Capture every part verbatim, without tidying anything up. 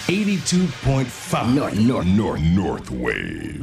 エイティツーポイントファイブ North, North, North Wave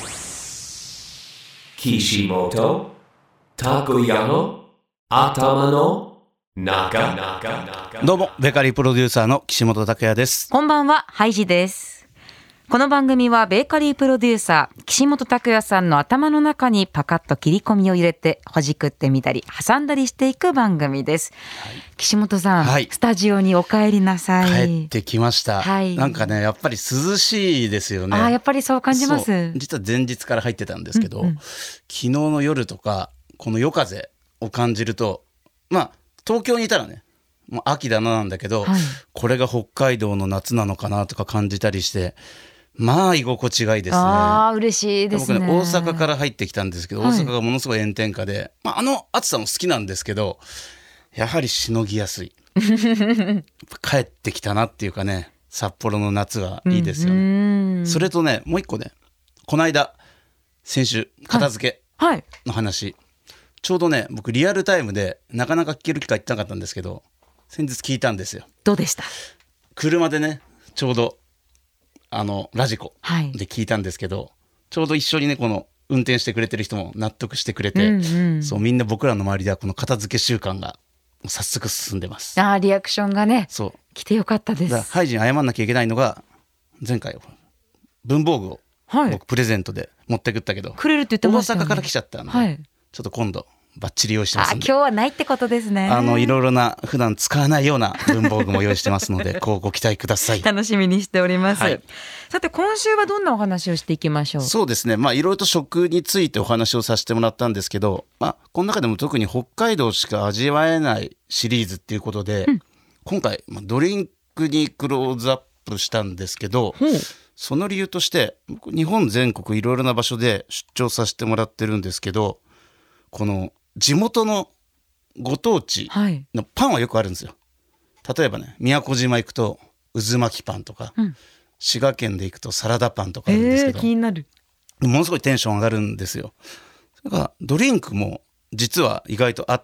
岸本拓也の頭の中。 どうもベーカリープロデューサーの岸本拓也です。 こんばんは、ハイジです。この番組はベーカリープロデューサー岸本拓也さんの頭の中にパカッと切り込みを入れてほじくってみたり挟んだりしていく番組です、はい、岸本さん、はい、スタジオにお帰りなさい。 帰ってきました、はい、なんかねやっぱり涼しいですよね。 あ、やっぱりそう感じます。 実は前日から入ってたんですけど、うんうん、昨日の夜とかこの夜風を感じると、まあ東京にいたらねもう秋だななんだけど、はい、これが北海道の夏なのかなとか感じたりして、まあ居心地がいいですね。 あ、嬉しいですね。 僕ね大阪から入ってきたんですけど、はい、大阪がものすごい炎天下で、まあ、あの暑さも好きなんですけどやはりしのぎやすい帰ってきたなっていうかね、札幌の夏はいいですよね、うんうん、それとねもう一個ね、この間先週片付けの話、はいはい、ちょうどね僕リアルタイムでなかなか聞ける機会行ってなかったんですけど先日聞いたんですよ。 どうでした？ 車でねちょうどあのラジコで聞いたんですけど、はい、ちょうど一緒にねこの運転してくれてる人も納得してくれて、うんうん、そうみんな僕らの周りではこの片付け習慣が早速進んでます。 あ、リアクションがねそう来てよかったです。 だハイジに謝んなきゃいけないのが、前回文房具を僕プレゼントで持ってくったけど、はい、 くれるって言ってましたよね。 大阪から来ちゃったので、はい、ちょっと今度バッチリ用意してますんで。 あ、今日はないってことですね。 あのいろいろな普段使わないような文房具も用意してますのでこうご期待ください。 楽しみにしております、はい、さて今週はどんなお話をしていきましょう？ そうですね、まあいろいろと食についてお話をさせてもらったんですけど、まあ、この中でも特に北海道しか味わえないシリーズっていうことで、うん、今回、まあ、ドリンクにクローズアップしたんですけど、うん、その理由として僕日本全国いろいろな場所で出張させてもらってるんですけど、この地元のご当地のパンはよくあるんですよ。例えばね宮古島行くと渦巻きパンとか、うん、滋賀県で行くとサラダパンとかあるんですけど、 えー、気になる。 ものすごいテンション上がるんですよ。それからドリンクも実は意外とあって、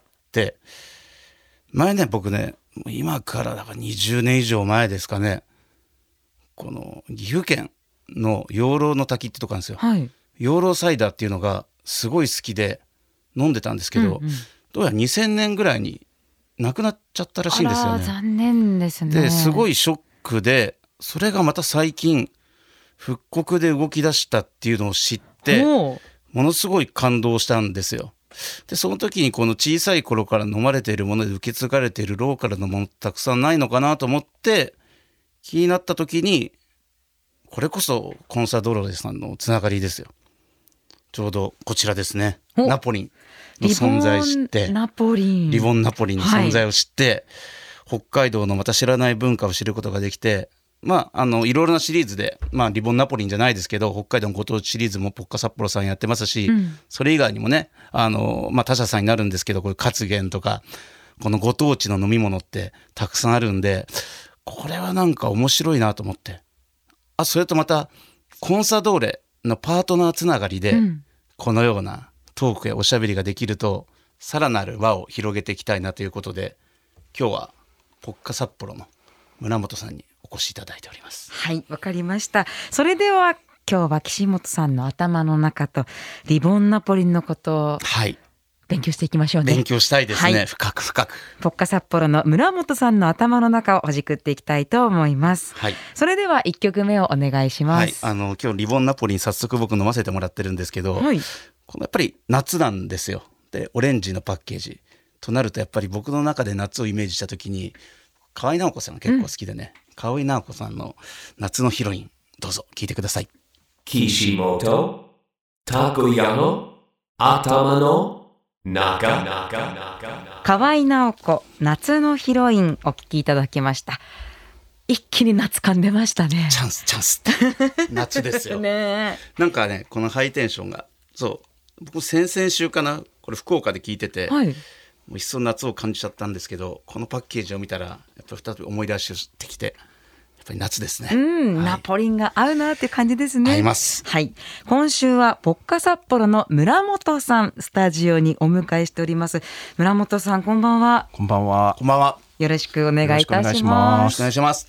前ね僕ね今からだからにじゅうねん以上前ですかね、この岐阜県の養老の滝ってとこなんですよ、はい、養老サイダーっていうのがすごい好きで飲んでたんですけど、うんうん、どうやらにせんねんぐらいに亡くなっちゃったらしいんですよね。 あら残念ですね。 ですごいショックで、それがまた最近復刻で動き出したっていうのを知ってものすごい感動したんですよ。でその時にこの小さい頃から飲まれているもので受け継がれているローカルのものたくさんないのかなと思って気になった時に、これこそコンサドーレさんのつながりですよ。ちょうどこちらですね、ナポリンの存在を知って、 リボンナポリンリボンナポリンの存在を知って、はい、北海道のまた知らない文化を知ることができて、まあ、あのいろいろなシリーズで、まあ、リボンナポリンじゃないですけど北海道のご当地シリーズもポッカ札幌さんやってますし、うん、それ以外にもねあの、まあ、他社さんになるんですけど、これカツゲンとかこのご当地の飲み物ってたくさんあるんで、これはなんか面白いなと思って、あそれとまたコンサドーレのパートナーつながりで、うん、このようなトークやおしゃべりができるとさらなる輪を広げていきたいなということで、今日はポッカ札幌の村本さんにお越しいただいております。 はい、わかりました。それでは今日は岸本さんの頭の中とリボンナポリンのことを勉強していきましょうね。 勉強したいですね、はい、深く深く。 ポッカ札幌の村本さんの頭の中をほじくっていきたいと思います、はい、それではいっきょくめをお願いします、 はい、あの今日リボンナポリン早速僕飲ませてもらってるんですけど、はい、このやっぱり夏なんですよ。でオレンジのパッケージとなるとやっぱり僕の中で夏をイメージした時に河合直子さんが結構好きでね、うん、河合直子さんの夏のヒロイン、どうぞ聞いてください。 岸本拓也の頭の中。 河合直子夏のヒロインお聞きいただきました。一気に夏感出ましたね。 チャンスチャンス夏ですよね。なんかねこのハイテンションが、そう僕先々週かな、これ福岡で聞いてて、はい、もう一層夏を感じちゃったんですけど、このパッケージを見たらやっぱり再び思い出してきて、やっぱり夏ですね。 うん、はい、ナポリンが合うなっていう感じですね。 合います。 はい。今週はポッカ札幌の村本さんスタジオにお迎えしております。村本さんこんばんは。 こんばんは。 こんばんは。 よろしくお願いいたします。 よろしくお願いします。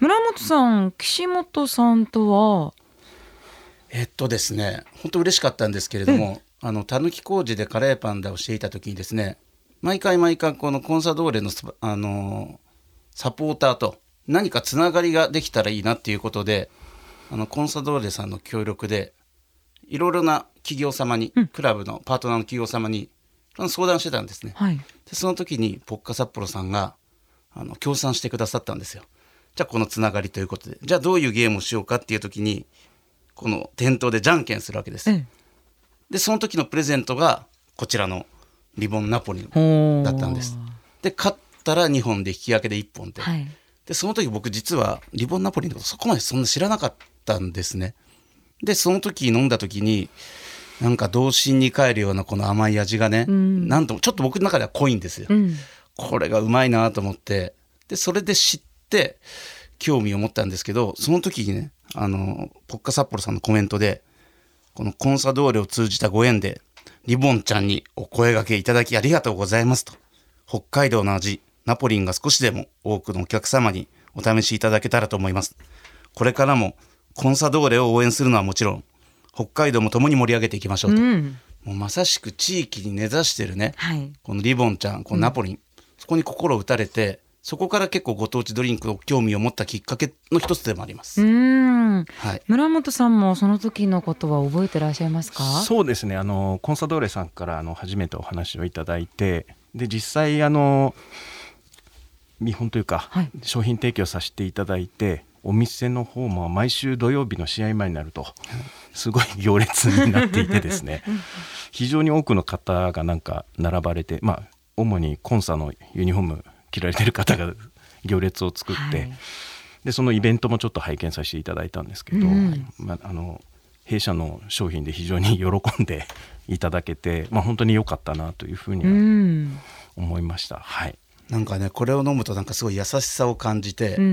村本さん、岸本さんとはえっとですね本当嬉しかったんですけれども、あのたぬき工事でカレーパンダをしていた時にですね、毎回毎回このコンサドーレの、あのサポーターと何かつながりができたらいいなっていうことで、あのコンサドーレさんの協力でいろいろな企業様に、うん、クラブのパートナーの企業様に相談してたんですね、はい、でその時にポッカ札幌さんがあの協賛してくださったんですよ。じゃあこのつながりということで、じゃあどういうゲームをしようかっていう時にこの店頭でじゃんけんするわけです、うん、でその時のプレゼントがこちらのリボンナポリだったんです。で勝ったらにほんで引き分けでいっぽんで、はい、でその時僕実はリボンナポリのことそこまでそんな知らなかったんですね。でその時飲んだ時になんか童心に帰るようなこの甘い味がね、うん、なんとちょっと僕の中では濃いんですよ、うん、これがうまいなと思って、でそれで知って興味を持ったんですけど、その時にねあのポッカ札幌さんのコメントでこのコンサドーレを通じたご縁でリボンちゃんにお声掛けいただきありがとうございますと、北海道の味ナポリンが少しでも多くのお客様にお試しいただけたらと思います。これからもコンサドーレを応援するのはもちろん北海道も共に盛り上げていきましょうと、うん、もうまさしく地域に根ざしてるね、はい、このリボンちゃんこのナポリン、うん、そこに心を打たれて、そこから結構ご当地ドリンクを興味を持ったきっかけの一つでもあります。うーん、はい、村本さんもその時のことは覚えてらっしゃいますか？ そうですね、あのコンサドーレさんからあの初めてお話をいただいて、で実際あの見本というか、はい、商品提供させていただいて、お店の方も毎週土曜日の試合前になるとすごい行列になっていてですね非常に多くの方がなんか並ばれて、まあ主にコンサのユニフォーム着られてる方が行列を作って、はい、でそのイベントもちょっと拝見させていただいたんですけど、うんまあ、あの弊社の商品で非常に喜んでいただけて、まあ、本当に良かったなというふうには思いました、うんはい、 なんかねこれを飲むとなんかすごい優しさを感じて、うんうん、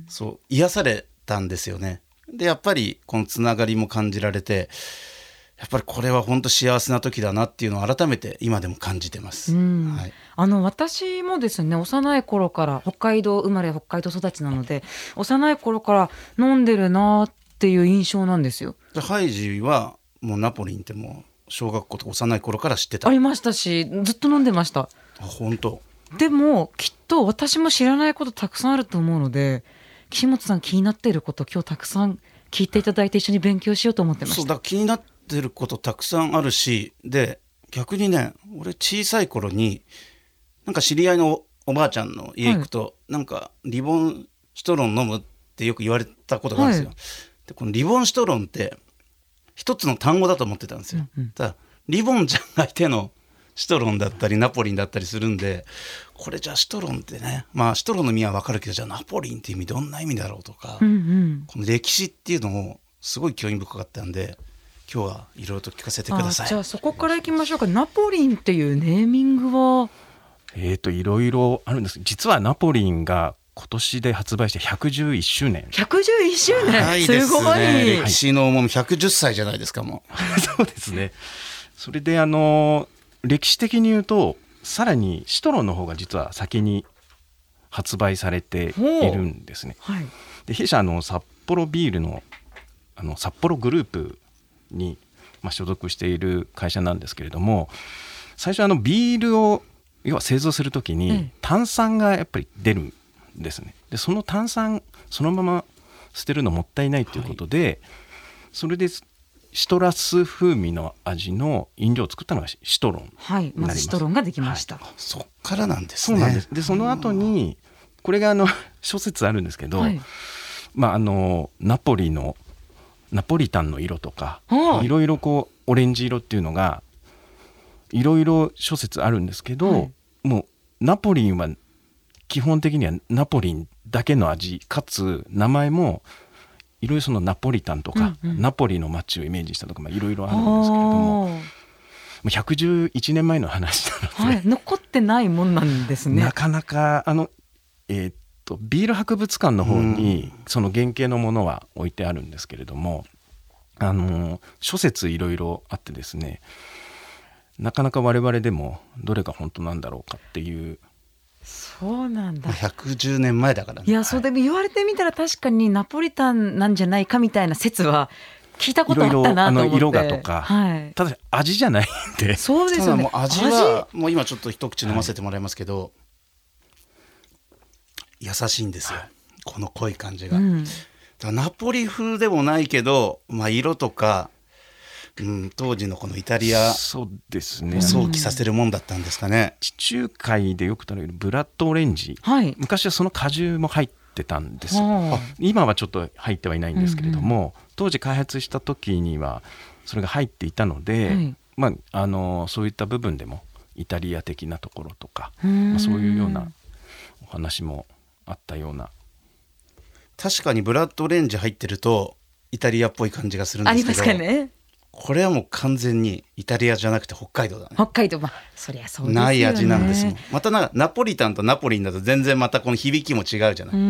そう癒されたんですよね。でやっぱりこのつながりも感じられて、やっぱりこれは本当幸せな時だなっていうのを改めて今でも感じてます、うんはい、 あの私もですね幼い頃から北海道生まれ北海道育ちなので幼い頃から飲んでるなっていう印象なんですよ。 ハイジはもうナポリンってもう小学校とか幼い頃から知ってた？ ありましたしずっと飲んでました。 あ本当？ でもきっと私も知らないことたくさんあると思うので、岸本さん気になっていること今日たくさん聞いていただいて一緒に勉強しようと思ってました。 そうだ気になってることたくさんあるし、で逆にね俺小さい頃になんか知り合いのおばあちゃんの家行くと、はい、なんかリボンシトロン飲むってよく言われたことがあるんですよ、はい、でこのリボンシトロンって一つの単語だと思ってたんですよ、うんうん、ただリボンちゃんがいてのシトロンだったりナポリンだったりするんで、これじゃあシトロンってね、まあシトロンの意味は分かるけど、じゃあナポリンって意味どんな意味だろうとか、うんうん、この歴史っていうのをすごい興味深かったんで今日はいろいろと聞かせてください。 じゃあそこからいきましょうか。ナポリンっていうネーミングはえーといろいろあるんです。実はナポリンが今年で発売してひゃくじゅういっしゅうねん。 ひゃくじゅういっしゅうねん、はい、すごい、 ね、歴史の重みひゃくじゅっさいじゃないですかもうそうですね。それであの歴史的に言うとさらにシトロンの方が実は先に発売されているんですね、はい、で弊社の札幌ビール の, あの札幌グループに、まあ、所属している会社なんですけれども、最初あのビールを要は製造するときに炭酸がやっぱり出るんですね。でその炭酸そのまま捨てるのもったいないということで、はい、それでシトラス風味の味の飲料を作ったのがシトロンになります。はい、まずシトロンができました、 はい、そっからなんですね。 そうなんです。でその後にこれがあの諸説あるんですけど、はい、まあ、あのナポリのナポリタンの色とかいろいろこうオレンジ色っていうのがいろいろ諸説あるんですけど、はい、もうナポリンは基本的にはナポリンだけの味かつ名前もいろいろそのナポリタンとか、うんうん、ナポリの街をイメージしたとかいろいろあるんですけれども、ひゃくじゅういちねんまえの話なので、 はい、残ってないもんなんですね。 なかなかあの、えー、っとビール博物館の方にその原型のものは置いてあるんですけれども、あの諸説いろいろあってですね、なかなか我々でもどれが本当なんだろうかっていうそうなんだ。 ひゃくじゅうねんまえだからね。 いや、そうでも言われてみたら確かにナポリタンなんじゃないかみたいな説は聞いたことあったなと思って。 いろいろあの色がとか、 はい、 ただ味じゃないんで。 そうですよね。 もう味はもう今ちょっと一口飲ませてもらいますけど、はい、優しいんですよ、この濃い感じが、うん、だからナポリ風でもないけど、まあ、色とか、うん、当時のこのイタリアを想起させるもんだったんですかね。 地中海でよく食べるブラッドオレンジ、はい、昔はその果汁も入ってたんですよ。今はちょっと入ってはいないんですけれども、うんうん、当時開発した時にはそれが入っていたので、はい、まあ、あのそういった部分でもイタリア的なところとか、まあ、そういうようなお話もあったような。 確かにブラッドオレンジ入ってるとイタリアっぽい感じがするんですけど、ありますかね。これはもう完全にイタリアじゃなくて北海道だね。 北海道、まあそりゃそうですよね。 ない味なんですもん。またなナポリタンとナポリンだと全然またこの響きも違うじゃない。うん、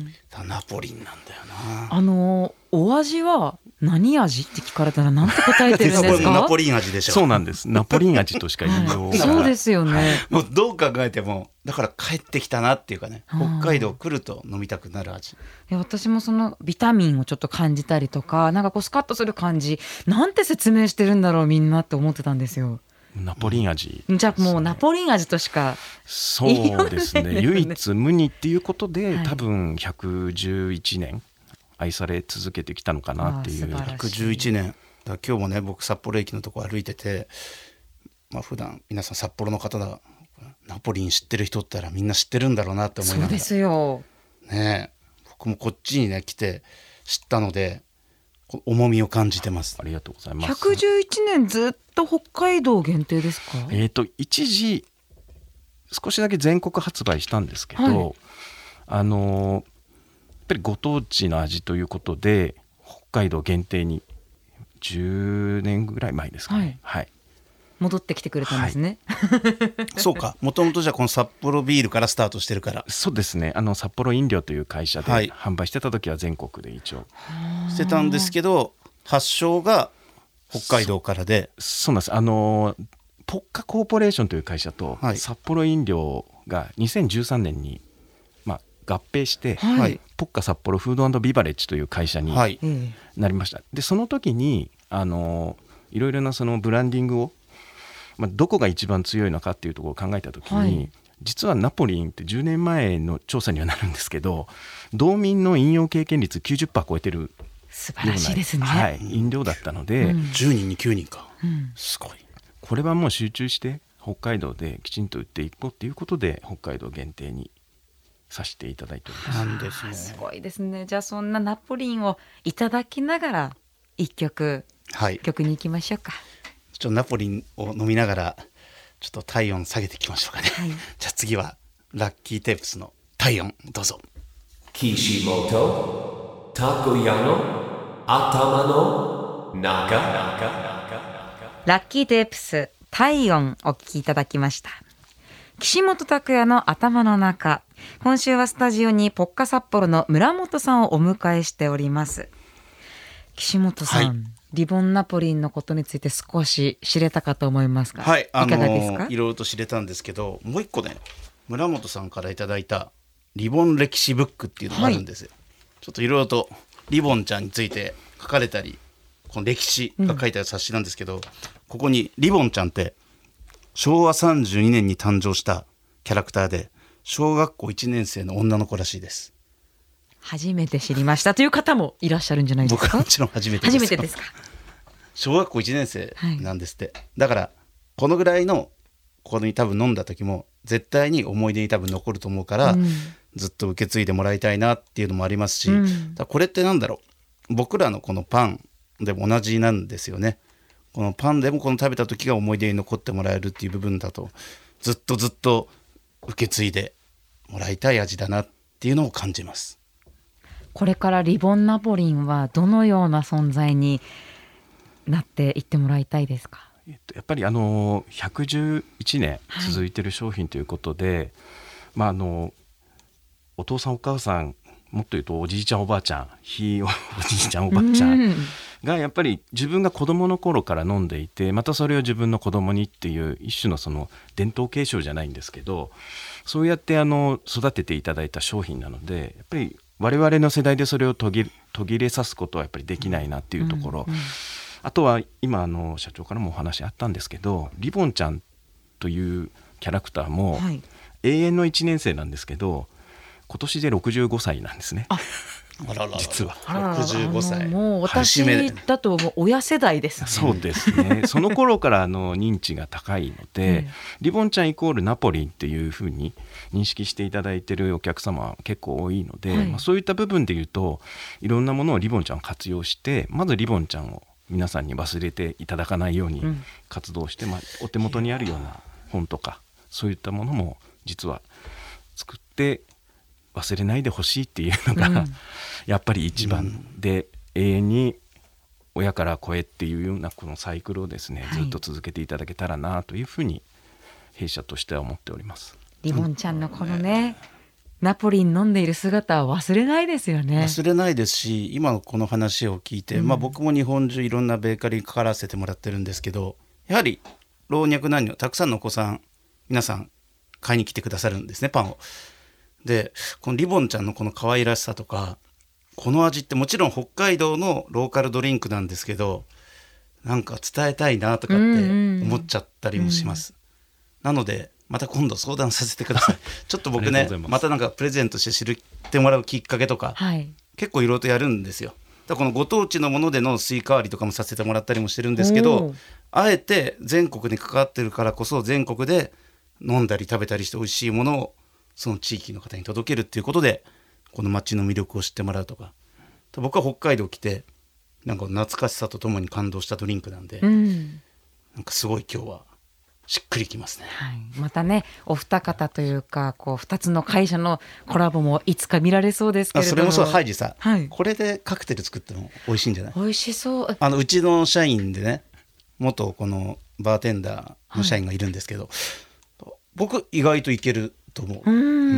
ナポリンなんだよな。 あのお味は何味って聞かれたら何て答えてるんですか？ ナポリン味でしょ。 そうなんです。ナポリン味としか言いようがそうですよね。 もうどう考えてもだから帰ってきたなっていうかね、北海道来ると飲みたくなる味。いや、私もそのビタミンをちょっと感じたりとか、なんかこうスカッとする感じ、なんて説明してるんだろうみんなって思ってたんですよ。 ナポリン味、 うん、じゃあもうナポリン味としか。 そうですね。唯一無二っていうことで、はい、多分ひゃくじゅういちねん愛され続けてきたのかなっていう。 ひゃくじゅういちねんだ。今日もね、僕札幌駅のとこ歩いてて、まあ、普段皆さん札幌の方だ、ナポリン知ってる人ったらみんな知ってるんだろうなって思いながら。 そうですよ、 ね、僕もこっちにね来て知ったので重みを感じてます。 ありがとうございます。 ひゃくじゅういちねんずっと北海道限定ですか？ えーと一時少しだけ全国発売したんですけど、はい、あのーやっぱりご当地の味ということで北海道限定にじゅうねんぐらい前ですかね、はいはい、 戻ってきてくれたんですね、 はい、そうか、もともとじゃあこの札幌ビールからスタートしてるから。 そうですね、あの札幌飲料という会社で販売してた時は全国で一応してたんですけど、発祥が北海道からで。 そ、そうなんです。あのポッカコーポレーションという会社と札幌飲料がにせんじゅうさんねんに合併して、はい、ポッカ札幌フード&ビバレッジという会社になりました、はい、でその時にあのいろいろなそのブランディングを、まあ、どこが一番強いのかっていうところを考えた時に、はい、実はナポリンってじゅうねんまえの調査にはなるんですけど、道民の飲用経験率 きゅうじゅっパーセント 超えてるような、 素晴らしいですね、 はい、飲料だったので、 うん、じゅうにんにきゅうにんか、うん、すごい。 これはもう集中して北海道できちんと売っていこうということで北海道限定にさせていただいております。 なんですね。 すごいですね。じゃあそんなナポリンをいただきながら一曲、はい、曲に行きましょうか。 ちょっとナポリンを飲みながらちょっと体温下げていきましょうかね、はい、じゃあ次はラッキーテープスの体温どうぞ。 岸本拓也の頭の中。 ラッキーテープス体温お聞きいただきました。岸本拓也の頭の中。今週はスタジオにポッカ札幌の村本さんをお迎えしております。岸本さん、はい、リボンナポリンのことについて少し知れたかと思いますが、はい、いかがですか？ いろいろと知れたんですけど、もう一個ね、村本さんからいただいたリボン歴史ブックっていうのがあるんですよ、はい、ちょっといろいろとリボンちゃんについて書かれたり、この歴史が書いてある冊子なんですけど、うん、ここにリボンちゃんってしょうわさんじゅうにねんに誕生したキャラクターで、小学校いちねん生の女の子らしいです。 初めて知りましたという方もいらっしゃるんじゃないですか？ 僕はもちろん初めてです。 初めてですか？ 小学校いちねん生なんですって、はい、だからこのぐらいのここに多分飲んだ時も絶対に思い出に多分残ると思うから、うん、ずっと受け継いでもらいたいなっていうのもありますし、うん、だこれってなんだろう、僕らのこのパンでも同じなんですよね。このパンでもこの食べた時が思い出に残ってもらえるっていう部分だと、ずっとずっと受け継いでもらいたい味だなっていうのを感じます。 これからリボンナポリンはどのような存在になっていってもらいたいですか？ えっと、やっぱりあのひゃくじゅういちねん続いている商品ということで、はい、まあ、あのお父さんお母さん、もっと言うとおじいちゃんおばあちゃん、ひいおじいちゃんおばあちゃんがやっぱり自分が子どもの頃から飲んでいて、またそれを自分の子どもにっていう一種のその伝統継承じゃないんですけど、そうやってあの育てていただいた商品なので、やっぱり我々の世代でそれを途切れ、途切れさすことはやっぱりできないなっていうところ、うんうん、あとは今あの社長からもお話あったんですけど、リボンちゃんというキャラクターも永遠のいちねん生なんですけど、今年でろくじゅうごさいなんですね。 あららら実はろくじゅうごさい、 もう私だともう親世代ですね。 そうですねその頃からあの認知が高いので、うん、リボンちゃんイコールナポリンっていうふうに認識していただいているお客様は結構多いので、はい、まあ、そういった部分でいうといろんなものをリボンちゃんを活用して、まずリボンちゃんを皆さんに忘れていただかないように活動して、うん、まあ、お手元にあるような本とかそういったものも実は作って忘れないでほしいっていうのが、うん、やっぱり一番で、うん、永遠に親から子へっていうようなこのサイクルをですね、はい、ずっと続けていただけたらなというふうに弊社としては思っております。 リボンちゃんのこのね、ナポリン飲んでいる姿は忘れないですよね。 忘れないですし、今のこの話を聞いて、うん、まあ、僕も日本中いろんなベーカリーかからせてもらってるんですけど、やはり老若男女たくさんのお子さん皆さん買いに来てくださるんですね、パンを。でこのリボンちゃんのこの可愛らしさとか、この味ってもちろん北海道のローカルドリンクなんですけど、なんか伝えたいなとかって思っちゃったりもします、うんうん、なのでまた今度相談させてくださいちょっと僕ね ま, またなんかプレゼントして知ってもらうきっかけとか、はい、結構いろいろとやるんですよ。だからこのご当地のものでのスイカ割りとかもさせてもらったりもしてるんですけど、あえて全国に関わってるからこそ全国で飲んだり食べたりして美味しいものをその地域の方に届けるっていうことで、この街の魅力を知ってもらうとか、僕は北海道来てなんか懐かしさとともに感動したドリンクなんで、うん、なんかすごい今日はしっくりきますね、 はい、またねお二方というかこうふたつの会社のコラボもいつか見られそうですけれども、 あそれもそう、ハイジさ、はい、これでカクテル作っても美味しいんじゃない？ 美味しそう。 あのうちの社員でね、元このバーテンダーの社員がいるんですけど、はい、僕意外といけると思う。うん、うん、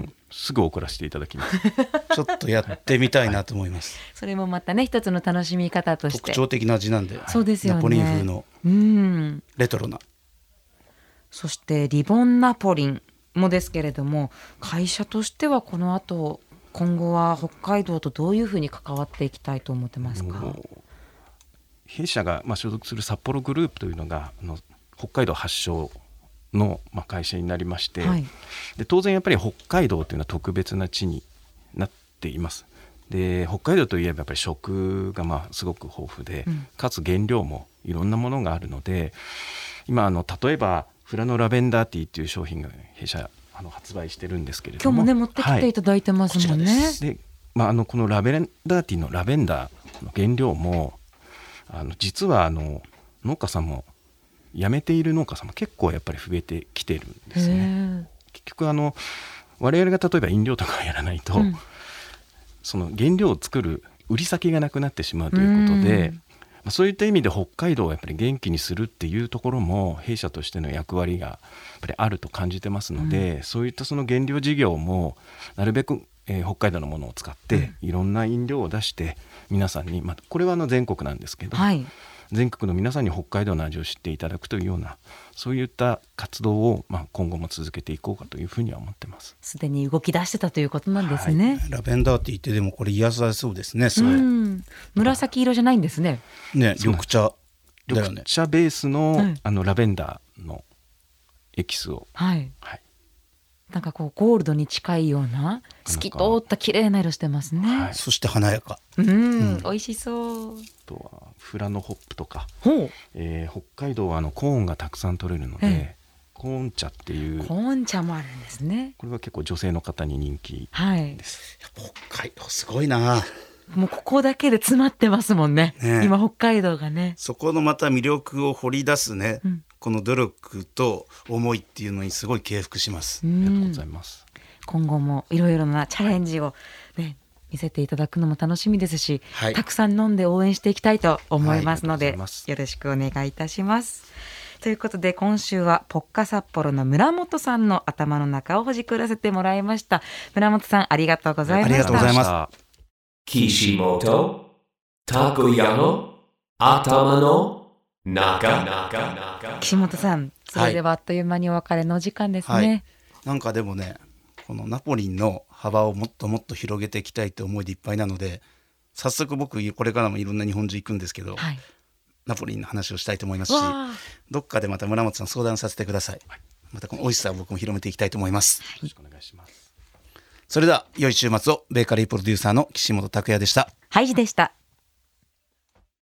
すぐ送らせていただきますちょっとやってみたいなと思います、 はい、それもまたね一つの楽しみ方として特徴的な味なんで、 そうですよね、 ナポリン風のレトロな、うん、 そしてリボンナポリンもですけれども、会社としてはこの後今後は北海道とどういうふうに関わっていきたいと思ってますか？ 弊社がまあ所属する札幌グループというのがあの北海道発祥のまあ会社になりまして、はい、で当然やっぱり北海道というのは特別な地になっています。で北海道といえばやっぱり食がまあすごく豊富で、うん、かつ原料もいろんなものがあるので、今あの例えばフラノラベンダーティーという商品が弊社あの発売してるんですけれども、 今日もね持ってきていただいてますもんね、 はい、で、まあ、あのこのラベンダーティーのラベンダーの原料もあの実はあの農家さんも辞めている農家さんも結構やっぱり増えてきてるんですね。結局あの我々が例えば飲料とかをやらないと、うん、その原料を作る売り先がなくなってしまうということで、まあ、そういった意味で北海道をやっぱり元気にするっていうところも弊社としての役割がやっぱりあると感じてますので、うん、そういったその原料事業もなるべく、えー、北海道のものを使っていろんな飲料を出して皆さんに、まあ、これはあの全国なんですけど、はい、全国の皆さんに北海道の味を知っていただくというようなそういった活動をまあ今後も続けていこうかというふうには思ってます。 すでに動き出してたということなんですね、 はい、ラベンダーって言ってでもこれ癒されそうですね。すごい、うん、 紫色じゃないんですね。 ね、緑茶だよね。 緑茶ベースの、うん、あのラベンダーのエキスを、はいはい、 なんかこうゴールドに近いような透き通った綺麗な色してますね、はい、 そして華やか、 うん、うん、美味しそう。 あとはフラノホップとか、えー、北海道はあのコーンがたくさん取れるので、ええ、コーン茶っていうコーン茶もあるんですね。 これは結構女性の方に人気です、はい、 北海道すごいな。 もうここだけで詰まってますもん ね, ね今北海道がね。 そこのまた魅力を掘り出すね、うん、この努力と思いっていうのにすごい敬服します。 ありがとうございます。 今後もいろいろなチャレンジを、ね、見せていただくのも楽しみですし、はい、たくさん飲んで応援していきたいと思いますので、はい、よろしくお願いいたします。ということで今週はポッカ札幌の村本さんの頭の中をほじくらせてもらいました。村本さんありがとうございました。 ありがとうございます。 岸本たこやの頭の中。 岸本さん、それではあっという間にお別れのお時間ですね。 はい、なんかでもね、このナポリンの幅をもっともっと広げていきたいという思いでいっぱいなので、早速僕これからもいろんな日本中行くんですけど、 はい、 ナポリンの話をしたいと思いますし、どっかでまた村本さん相談させてください。またこの美味しさを僕も広めていきたいと思います。 よろしくお願いします。 それでは良い週末を。ベーカリープロデューサーの岸本拓也でした。 ハイジでした。